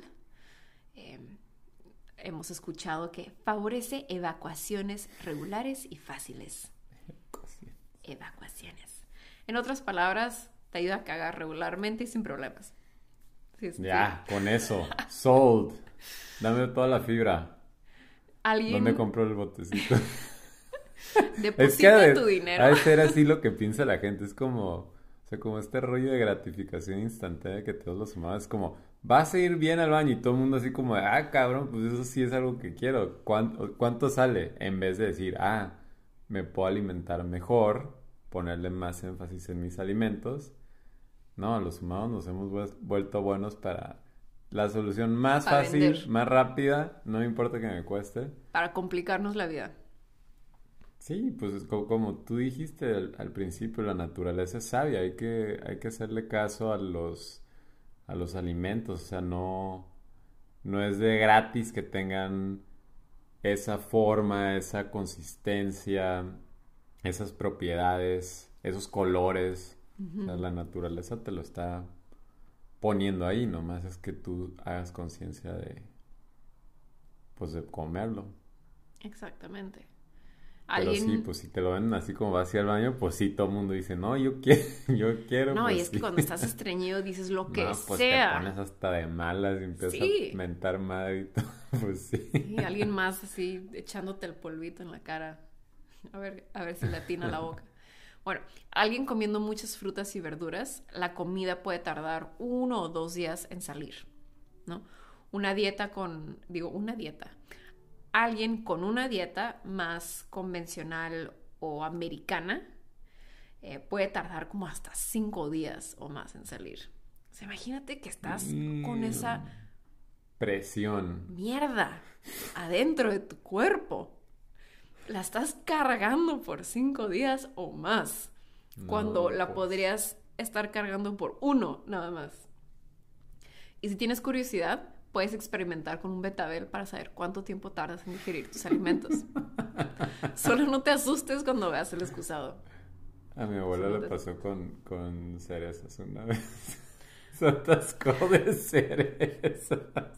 Hemos escuchado que favorece evacuaciones regulares y fáciles. Evacuaciones. En otras palabras, te ayuda a cagar regularmente y sin problemas. Ya, con eso. Sold. Dame toda la fibra. ¿Dónde compró el botecito? Deposita tu dinero. Ha de ser así lo que piensa la gente. Es como, o sea, como este rollo de gratificación instantánea que todos los humanos, es como, vas a ir bien al baño y todo el mundo así como, cabrón, pues eso sí es algo que quiero. ¿Cuánto sale? En vez de decir, me puedo alimentar mejor, ponerle más énfasis en mis alimentos. No, los humanos nos hemos vuelto buenos para la solución más fácil, vender. Más rápida, no importa que me cueste. Para complicarnos la vida. Sí, pues como tú dijiste al principio, la naturaleza es sabia, hay que hacerle caso a los alimentos, o sea, no es de gratis que tengan esa forma, esa consistencia, esas propiedades, esos colores. O sea, la naturaleza te lo está poniendo ahí, nomás es que tú hagas conciencia de comerlo. Exactamente. Pero sí, pues si te lo ven así como vas hacia el baño, pues sí, todo el mundo dice, no, yo quiero. No, pues y es sí. que cuando estás estreñido dices lo que pues sea. Te pones hasta de malas y empiezas a mentar madre y todo, pues sí. Y alguien más así echándote el polvito en la cara. A ver si le atina la boca. Bueno, alguien comiendo muchas frutas y verduras, la comida puede tardar 1 o 2 días en salir, ¿no? Alguien con una dieta más convencional o americana puede tardar como hasta 5 días o más en salir. O sea, imagínate que estás con esa presión, mierda adentro de tu cuerpo. La estás cargando por 5 días o más, cuando la podrías estar cargando por 1 nada más. Y si tienes curiosidad, puedes experimentar con un betabel para saber cuánto tiempo tardas en digerir tus alimentos. Solo no te asustes cuando veas el excusado. A mi abuela le pasó con cerezas una vez. Se atascó de cerezas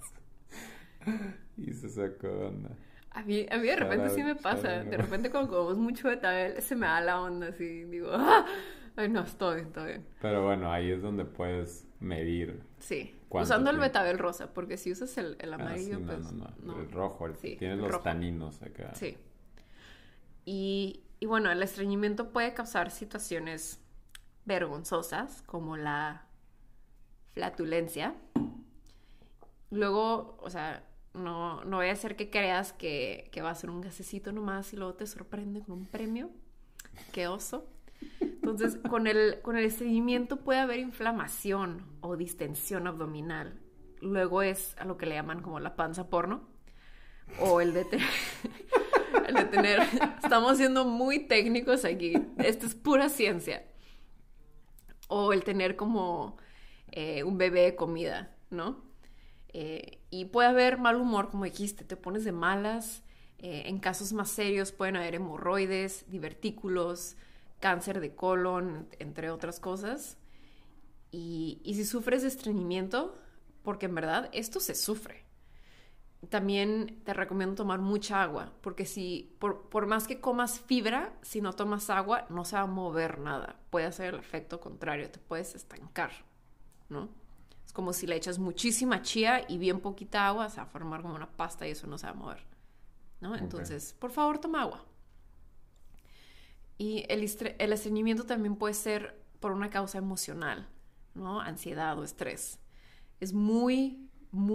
y se sacó onda. A mí de repente sí me pasa. De repente cuando comemos mucho betabel se me da la onda así. Digo, ay no, estoy bien. Pero bueno, ahí es donde puedes medir. Sí, usando el betabel rosa, porque si usas el amarillo, sí, pues... No. El rojo, tienes los taninos acá. Sí. Y bueno, el estreñimiento puede causar situaciones vergonzosas, como la flatulencia. Luego, o sea... No vaya a ser que creas que va a ser un gasecito nomás y luego te sorprende con un premio. ¡Qué oso! Entonces, con el estreñimiento puede haber inflamación o distensión abdominal. Luego es a lo que le llaman como la panza porno. O el de tener... Estamos siendo muy técnicos aquí. Esto es pura ciencia. O el tener como un bebé de comida, ¿no? Y puede haber mal humor, como dijiste, te pones de malas. En casos más serios pueden haber hemorroides, divertículos, cáncer de colon, entre otras cosas. Y si sufres de estreñimiento, porque en verdad esto se sufre, también te recomiendo tomar mucha agua, porque si por más que comas fibra, si no tomas agua, no se va a mover nada. Puede hacer el efecto contrario, te puedes estancar, ¿no? Es como si le echas muchísima chía y bien poquita agua, se va a formar como una pasta y eso no se va a mover, ¿no? Entonces, por favor, toma agua. Y el estreñimiento también puede ser por una causa emocional, ¿no? Ansiedad o estrés. Es muy,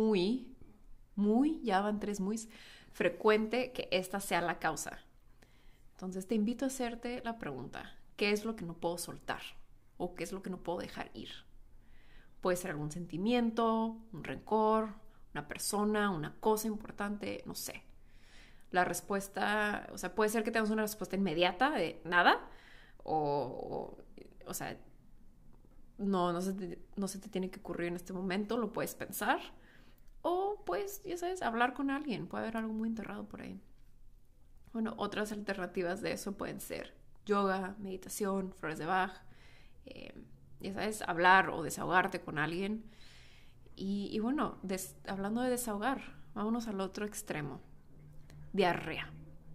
ya van 3 muy frecuente que esta sea la causa. Entonces, te invito a hacerte la pregunta, ¿qué es lo que no puedo soltar? ¿O qué es lo que no puedo dejar ir? Puede ser algún sentimiento, un rencor, una persona, una cosa importante, no sé. La respuesta, o sea, puede ser que tengas una respuesta inmediata de nada, o sea, no se te tiene que ocurrir en este momento, lo puedes pensar, o pues, ya sabes, hablar con alguien, puede haber algo muy enterrado por ahí. Bueno, otras alternativas de eso pueden ser yoga, meditación, flores de Bach, ya sabes, hablar o desahogarte con alguien. Y bueno, hablando de desahogar, vámonos al otro extremo. Diarrea.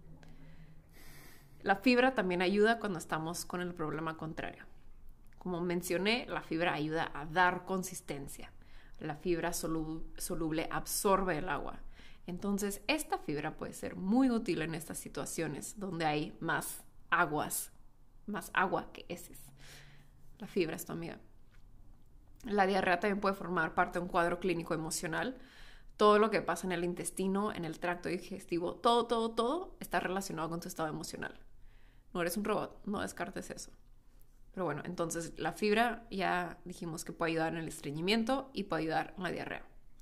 La fibra también ayuda cuando estamos con el problema contrario. Como mencioné, la fibra ayuda a dar consistencia. La fibra soluble absorbe el agua. Entonces, esta fibra puede ser muy útil en estas situaciones donde hay más agua que heces. La fibra es tu amiga. La diarrea también puede formar parte de un cuadro clínico emocional. Todo lo que pasa en el intestino, en el tracto digestivo, todo está relacionado con tu estado emocional. No eres un robot, no descartes eso. Pero bueno, entonces la fibra ya dijimos que puede ayudar en el estreñimiento y puede ayudar en la diarrea.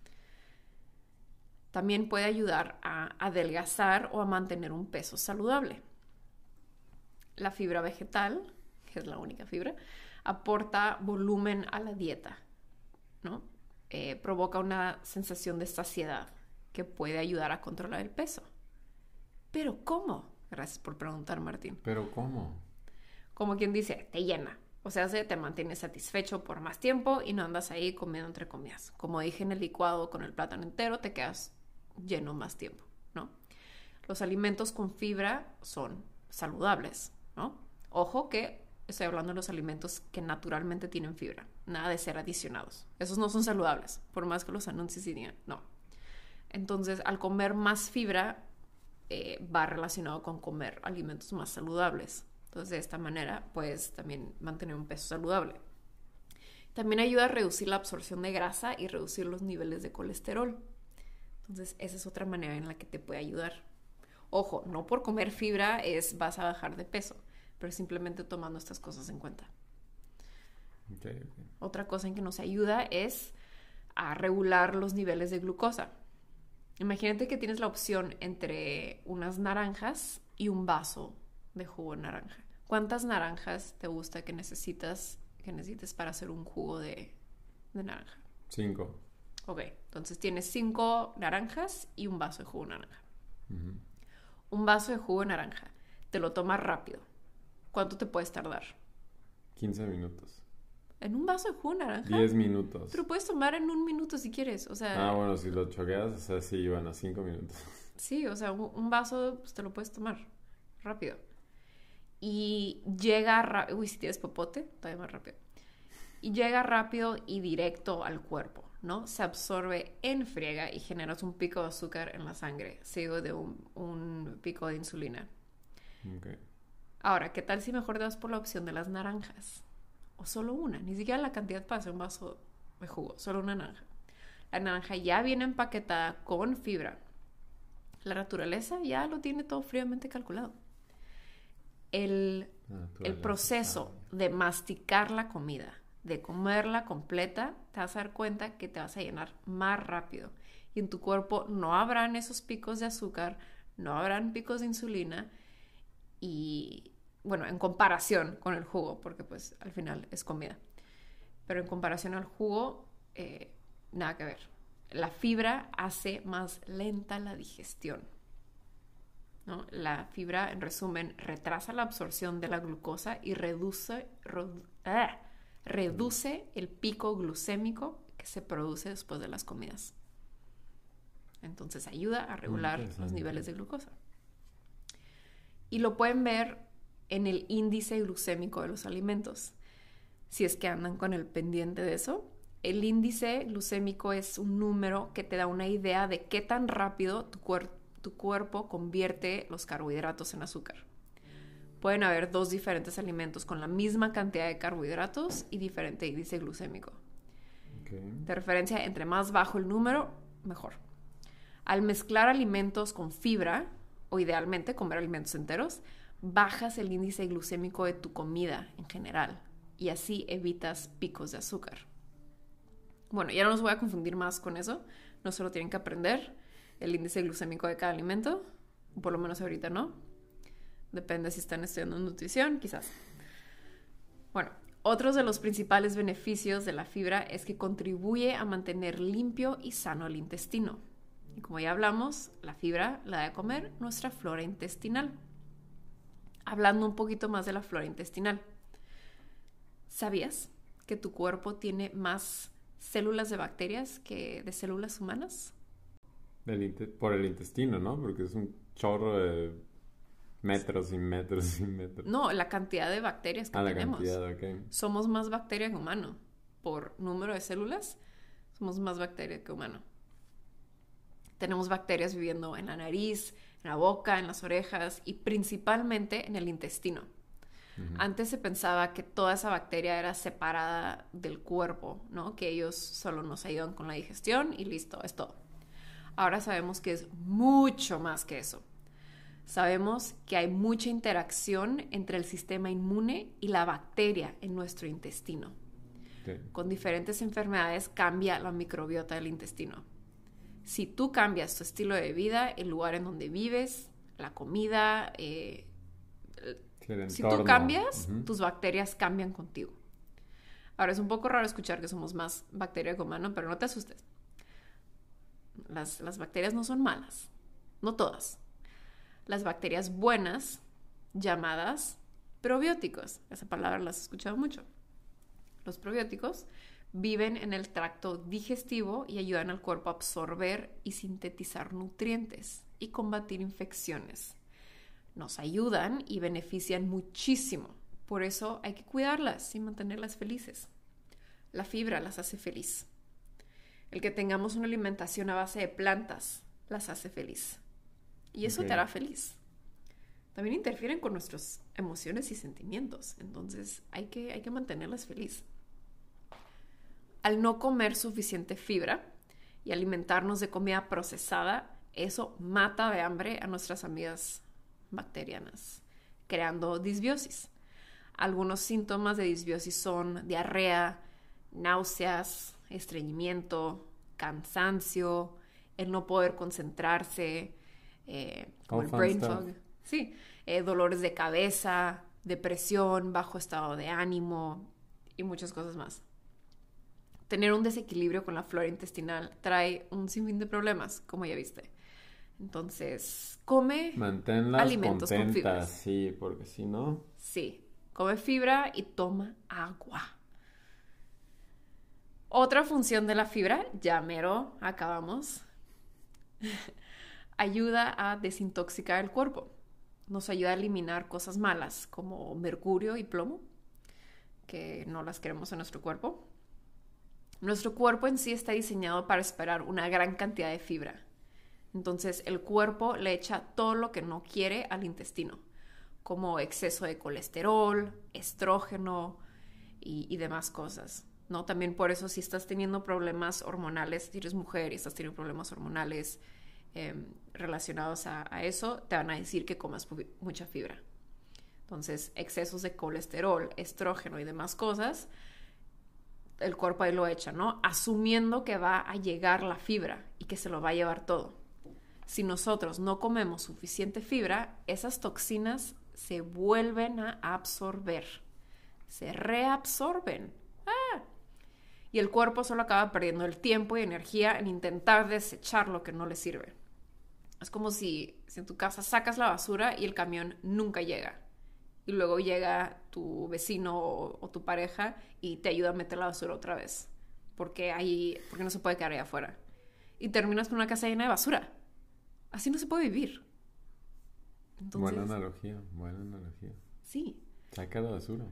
También puede ayudar a adelgazar o a mantener un peso saludable. La fibra vegetal, que es la única fibra, aporta volumen a la dieta, ¿no? Provoca una sensación de saciedad que puede ayudar a controlar el peso. ¿Pero cómo? Gracias por preguntar, Martín. ¿Pero cómo? Como quien dice, te llena. O sea, te mantiene satisfecho por más tiempo y no andas ahí comiendo entre comidas. Como dije en el licuado con el plátano entero, te quedas lleno más tiempo, ¿no? Los alimentos con fibra son saludables, ¿no? Ojo que estoy hablando de los alimentos que naturalmente tienen fibra, nada de ser adicionados. Esos no son saludables, por más que los anuncios digan, no. Entonces, al comer más fibra, va relacionado con comer alimentos más saludables. Entonces, de esta manera, puedes también mantener un peso saludable. También ayuda a reducir la absorción de grasa y reducir los niveles de colesterol. Entonces, esa es otra manera en la que te puede ayudar. Ojo, no por comer fibra vas a bajar de peso, pero simplemente tomando estas cosas en cuenta. Okay. Otra cosa en que nos ayuda es a regular los niveles de glucosa. Imagínate que tienes la opción entre unas naranjas y un vaso de jugo de naranja. ¿Cuántas naranjas te gusta que necesites para hacer un jugo de naranja? 5. Ok, entonces tienes 5 naranjas y un vaso de jugo de naranja. Uh-huh. Un vaso de jugo de naranja. Te lo tomas rápido. ¿Cuánto te puedes tardar? 15 minutos. ¿En un vaso de jugo de naranja? 10 minutos. Pero puedes tomar en 1 minuto si quieres, o sea... bueno, si lo choqueas, o sea, sí, bueno, 5 minutos. Sí, o sea, un vaso pues, te lo puedes tomar rápido. Y llega... Uy, si tienes popote, todavía más rápido. Y llega rápido y directo al cuerpo, ¿no? Se absorbe en friega y generas un pico de azúcar en la sangre, seguido de un pico de insulina. Okay. Ahora, ¿qué tal si mejor te vas por la opción de las naranjas? O solo una, ni siquiera la cantidad para hacer un vaso de jugo, solo una naranja. La naranja ya viene empaquetada con fibra. La naturaleza ya lo tiene todo fríamente calculado. El proceso de masticar la comida, de comerla completa, te vas a dar cuenta que te vas a llenar más rápido. Y en tu cuerpo no habrán esos picos de azúcar, no habrán picos de insulina y... Bueno, en comparación con el jugo, porque pues al final es comida. Pero en comparación al jugo, nada que ver. La fibra hace más lenta la digestión, ¿no? La fibra, en resumen, retrasa la absorción de la glucosa y reduce el pico glucémico que se produce después de las comidas. Entonces ayuda a regular los niveles de glucosa. Y lo pueden ver en el índice glucémico de los alimentos. Si es que andan con el pendiente de eso, el índice glucémico es un número que te da una idea de qué tan rápido tu cuerpo convierte los carbohidratos en azúcar. Pueden haber 2 diferentes alimentos con la misma cantidad de carbohidratos y diferente índice glucémico. Okay. De referencia, entre más bajo el número, mejor. Al mezclar alimentos con fibra, o idealmente comer alimentos enteros, bajas el índice glucémico de tu comida en general y así evitas picos de azúcar. Bueno, ya no los voy a confundir más con eso, no solo tienen que aprender el índice glucémico de cada alimento, por lo menos ahorita no, depende si están estudiando nutrición, quizás. Bueno, otros de los principales beneficios de la fibra es que contribuye a mantener limpio y sano el intestino. Y como ya hablamos, la fibra la da de comer nuestra flora intestinal. Hablando un poquito más de la flora intestinal. ¿Sabías que tu cuerpo tiene más células de bacterias que de células humanas. Por el intestino, ¿no? Porque es un chorro de metros y metros y metros. No, la cantidad de bacterias que tenemos. La cantidad, ok. Somos más bacteria que humano. Por número de células, somos más bacteria que humano. Tenemos bacterias viviendo en la nariz, en la boca, en las orejas y principalmente en el intestino. Uh-huh. Antes se pensaba que toda esa bacteria era separada del cuerpo, ¿no? Que ellos solo nos ayudan con la digestión y listo, es todo. Ahora sabemos que es mucho más que eso. Sabemos que hay mucha interacción entre el sistema inmune y la bacteria en nuestro intestino. Sí. Con diferentes enfermedades cambia la microbiota del intestino. Si tú cambias tu estilo de vida, el lugar en donde vives, la comida, si tú cambias, uh-huh, tus bacterias cambian contigo. Ahora, es un poco raro escuchar que somos más bacteria que humano, pero no te asustes. Las bacterias no son malas, no todas. Las bacterias buenas, llamadas probióticos, esa palabra la has escuchado mucho. Los probióticos viven en el tracto digestivo y ayudan al cuerpo a absorber y sintetizar nutrientes y combatir infecciones. Nos ayudan y benefician muchísimo. Por eso hay que cuidarlas y mantenerlas felices. La fibra las hace feliz. El que tengamos una alimentación a base de plantas las hace feliz. Y eso te hará feliz. También interfieren con nuestras emociones y sentimientos. Entonces hay que mantenerlas feliz. Al no comer suficiente fibra y alimentarnos de comida procesada, eso mata de hambre a nuestras amigas bacterianas, creando disbiosis. Algunos síntomas de disbiosis son diarrea, náuseas, estreñimiento, cansancio, el no poder concentrarse, como el brain fog. Sí, dolores de cabeza, depresión, bajo estado de ánimo y muchas cosas más. Tener un desequilibrio con la flora intestinal trae un sinfín de problemas, como ya viste. Entonces, manténlas alimentos contentas, con fibras. Sí, porque si no... Sí, come fibra y toma agua. Otra función de la fibra, ya mero acabamos, ayuda a desintoxicar el cuerpo. Nos ayuda a eliminar cosas malas como mercurio y plomo, que no las queremos en nuestro cuerpo. Nuestro cuerpo en sí está diseñado para esperar una gran cantidad de fibra. Entonces el cuerpo le echa todo lo que no quiere al intestino, como exceso de colesterol, estrógeno y demás cosas, ¿no? También por eso si estás teniendo problemas hormonales, si eres mujer y estás teniendo problemas hormonales relacionados a eso, te van a decir que comas mucha fibra. Entonces, excesos de colesterol, estrógeno y demás cosas, el cuerpo ahí lo echa, ¿no? Asumiendo que va a llegar la fibra y que se lo va a llevar todo. Si nosotros no comemos suficiente fibra, esas toxinas se vuelven a absorber. Se reabsorben. Y el cuerpo solo acaba perdiendo el tiempo y energía en intentar desechar lo que no le sirve. Es como si en tu casa sacas la basura y el camión nunca llega. Y luego llega tu vecino o tu pareja y te ayuda a meter la basura otra vez. Porque no se puede quedar ahí afuera. Y terminas con una casa llena de basura. Así no se puede vivir. Entonces, buena analogía. Sí. Saca la basura.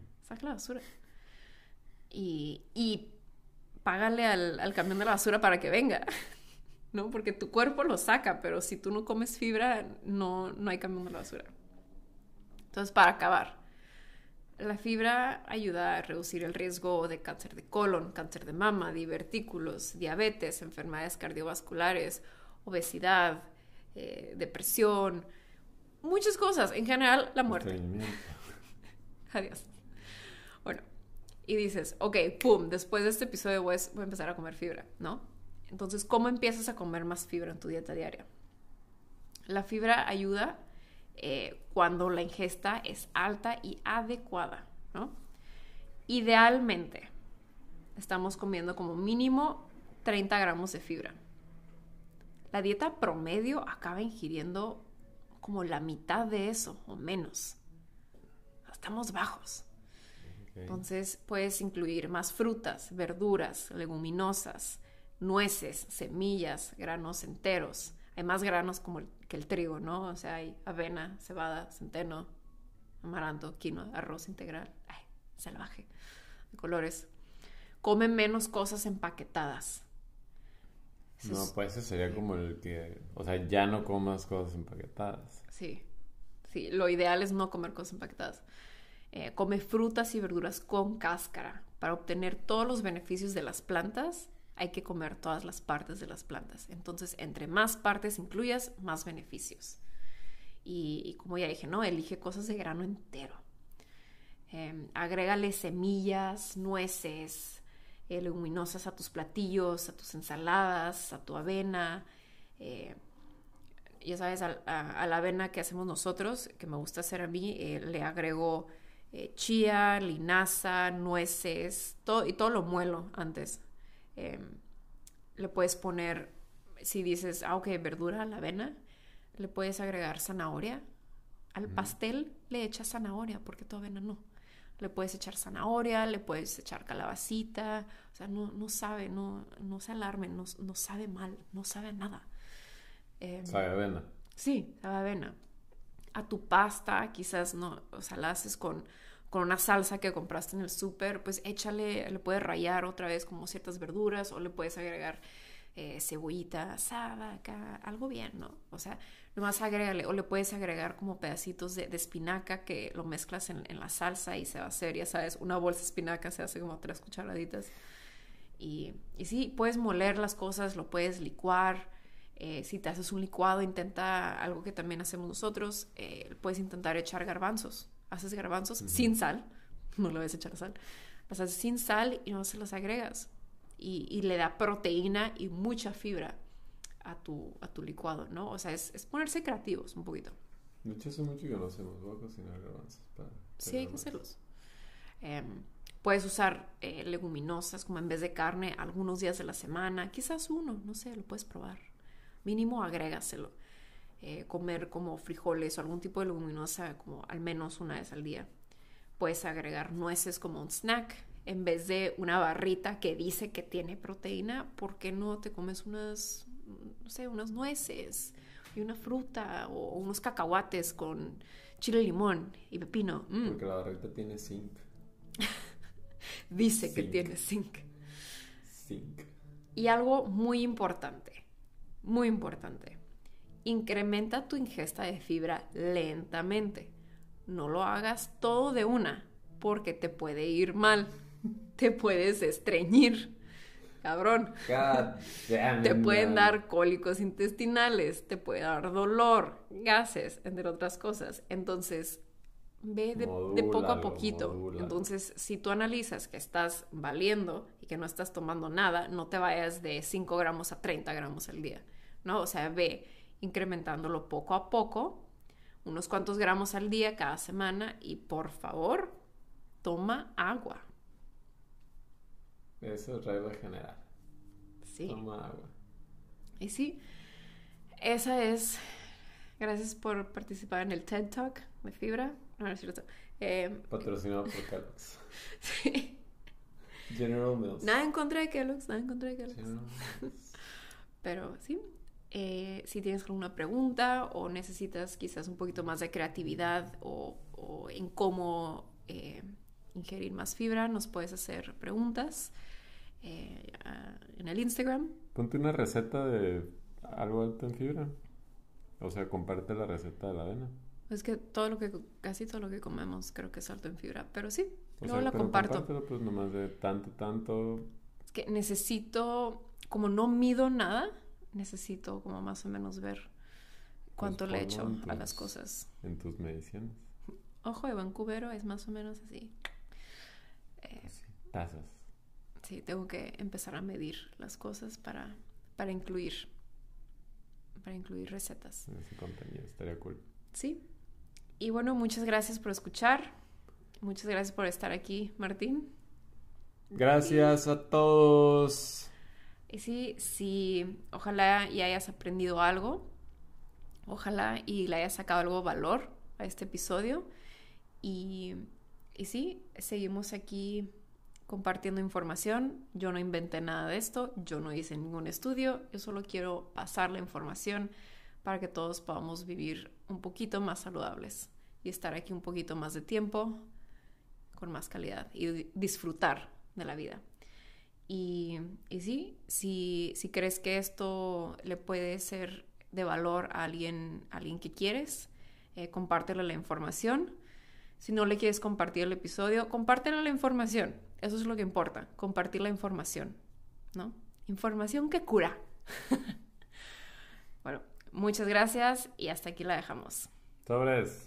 Y págale al camión de la basura para que venga. ¿No? Porque tu cuerpo lo saca, pero si tú no comes fibra, no hay camión de la basura. Entonces, para acabar, la fibra ayuda a reducir el riesgo de cáncer de colon, cáncer de mama, divertículos, diabetes, enfermedades cardiovasculares, obesidad, depresión, muchas cosas. En general, la muerte. Adiós. Bueno, y dices, ok, pum, después de este episodio voy a empezar a comer fibra, ¿no? Entonces, ¿cómo empiezas a comer más fibra en tu dieta diaria? La fibra ayuda cuando la ingesta es alta y adecuada, ¿no? Idealmente, estamos comiendo como mínimo 30 gramos de fibra. La dieta promedio acaba ingiriendo como la mitad de eso o menos. Estamos bajos. Entonces puedes incluir más frutas, verduras, leguminosas, nueces, semillas, granos enteros. Hay más granos que el trigo, ¿no? O sea, hay avena, cebada, centeno, amaranto, quinoa, arroz integral. Ay, salvaje, de colores. Come menos cosas empaquetadas. No, pues ese sería como el que... O sea, ya no comas cosas empaquetadas. Sí, lo ideal es no comer cosas empaquetadas. Come frutas y verduras con cáscara. Para obtener todos los beneficios de las plantas, hay que comer todas las partes de las plantas. Entonces, entre más partes incluyas, más beneficios. Y como ya dije, ¿no? Elige cosas de grano entero. Agrégale semillas, nueces, leguminosas a tus platillos, a tus ensaladas, a tu avena. Ya sabes, a la avena que hacemos nosotros, que me gusta hacer a mí, le agrego chía, linaza, nueces, todo, y todo lo muelo antes. Le puedes poner, si dices, ok, verdura a la avena, le puedes agregar zanahoria. Al pastel le echas zanahoria, porque tu avena no. Le puedes echar zanahoria, le puedes echar calabacita. O sea, no sabe, no se alarmen, no sabe mal, no sabe a nada. ¿Sabe avena? Sí, sabe avena. A tu pasta, quizás no, o sea, la haces con una salsa que compraste en el súper, pues échale, le puedes rallar otra vez como ciertas verduras, o le puedes agregar cebollita asada acá, algo bien, ¿no? O sea, nomás agrégale, o le puedes agregar como pedacitos de espinaca que lo mezclas en la salsa y se va a hacer, ya sabes, una bolsa de espinaca se hace como 3 cucharaditas. Y sí, puedes moler las cosas, lo puedes licuar. Si te haces un licuado, intenta algo que también hacemos nosotros, puedes intentar echar garbanzos. Haces garbanzos sin sal, no le vas a echar sal, los haces sin sal y no se los agregas. Y le da proteína y mucha fibra a tu licuado, ¿no? O sea, es ponerse creativos un poquito. De hecho, hace mucho que no hacemos. Voy a cocinar garbanzos para... Sí, hay que hacerlos. Puedes usar leguminosas como en vez de carne algunos días de la semana, quizás uno, no sé, lo puedes probar. Mínimo agrégaselo. Comer como frijoles o algún tipo de leguminosa como al menos una vez al día. Puedes agregar nueces como un snack en vez de una barrita que dice que tiene proteína. ¿Por qué no te comes unas nueces y una fruta o unos cacahuates con chile, limón y pepino? Porque la barrita tiene zinc. Dice que tiene zinc. Zinc. Y algo muy importante, incrementa tu ingesta de fibra lentamente. No lo hagas todo de una, porque te puede ir mal. Te puedes estreñir, cabrón. God damn, te pueden dar cólicos intestinales, te puede dar dolor, gases, entre otras cosas. Entonces, ve de poco a poquito. Modúlalo. Entonces, si tú analizas que estás valiendo y que no estás tomando nada, no te vayas de 5 gramos a 30 gramos al día, ¿no? O sea, ve incrementándolo poco a poco, unos cuantos gramos al día cada semana, y por favor, toma agua. Eso es regla general. Sí. Toma agua. Y sí, esa es... Gracias por participar en el TED Talk de fibra. No es cierto. Patrocinado por Kellogg's. Sí. General Mills. Nada en contra de Kellogg's. General Mills. Pero sí, si tienes alguna pregunta o necesitas quizás un poquito más de creatividad o en cómo ingerir más fibra, nos puedes hacer preguntas en el Instagram. Ponte una receta de algo alto en fibra. O sea, comparte la receta de la avena. Es que casi todo lo que comemos creo que es alto en fibra, pero sí, luego la comparto. Compártelo pues nomás de tanto. Es que necesito, como no mido nada, necesito como más o menos ver cuánto le echo a las cosas. En tus mediciones. Ojo de Vancouver es más o menos así. Sí, tazas. Sí, tengo que empezar a medir las cosas para incluir recetas. Ese contenido estaría cool. Sí. Y bueno, muchas gracias por escuchar. Muchas gracias por estar aquí, Martín. Gracias a todos. Y sí, ojalá y hayas aprendido algo. Ojalá y le hayas sacado algo de valor a este episodio. Y sí, seguimos aquí compartiendo información. Yo no inventé nada de esto, yo no hice ningún estudio, yo solo quiero pasar la información para que todos podamos vivir un poquito más saludables y estar aquí un poquito más de tiempo con más calidad y disfrutar de la vida. Y sí, si crees que esto le puede ser de valor a alguien que quieres, compártele la información. Si no le quieres compartir el episodio, compártele la información. Eso es lo que importa, compartir la información, ¿no? Información que cura. Bueno, muchas gracias y hasta aquí la dejamos. Sobres.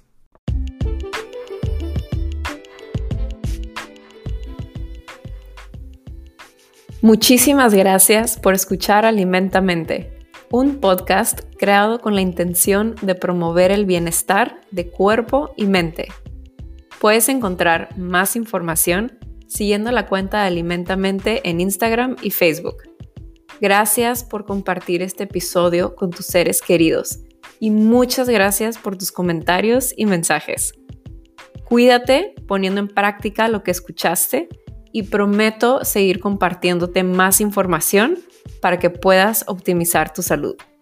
Muchísimas gracias por escuchar Alimentamente, un podcast creado con la intención de promover el bienestar de cuerpo y mente. Puedes encontrar más información siguiendo la cuenta de Alimentamente en Instagram y Facebook. Gracias por compartir este episodio con tus seres queridos y muchas gracias por tus comentarios y mensajes. Cuídate poniendo en práctica lo que escuchaste y prometo seguir compartiéndote más información para que puedas optimizar tu salud.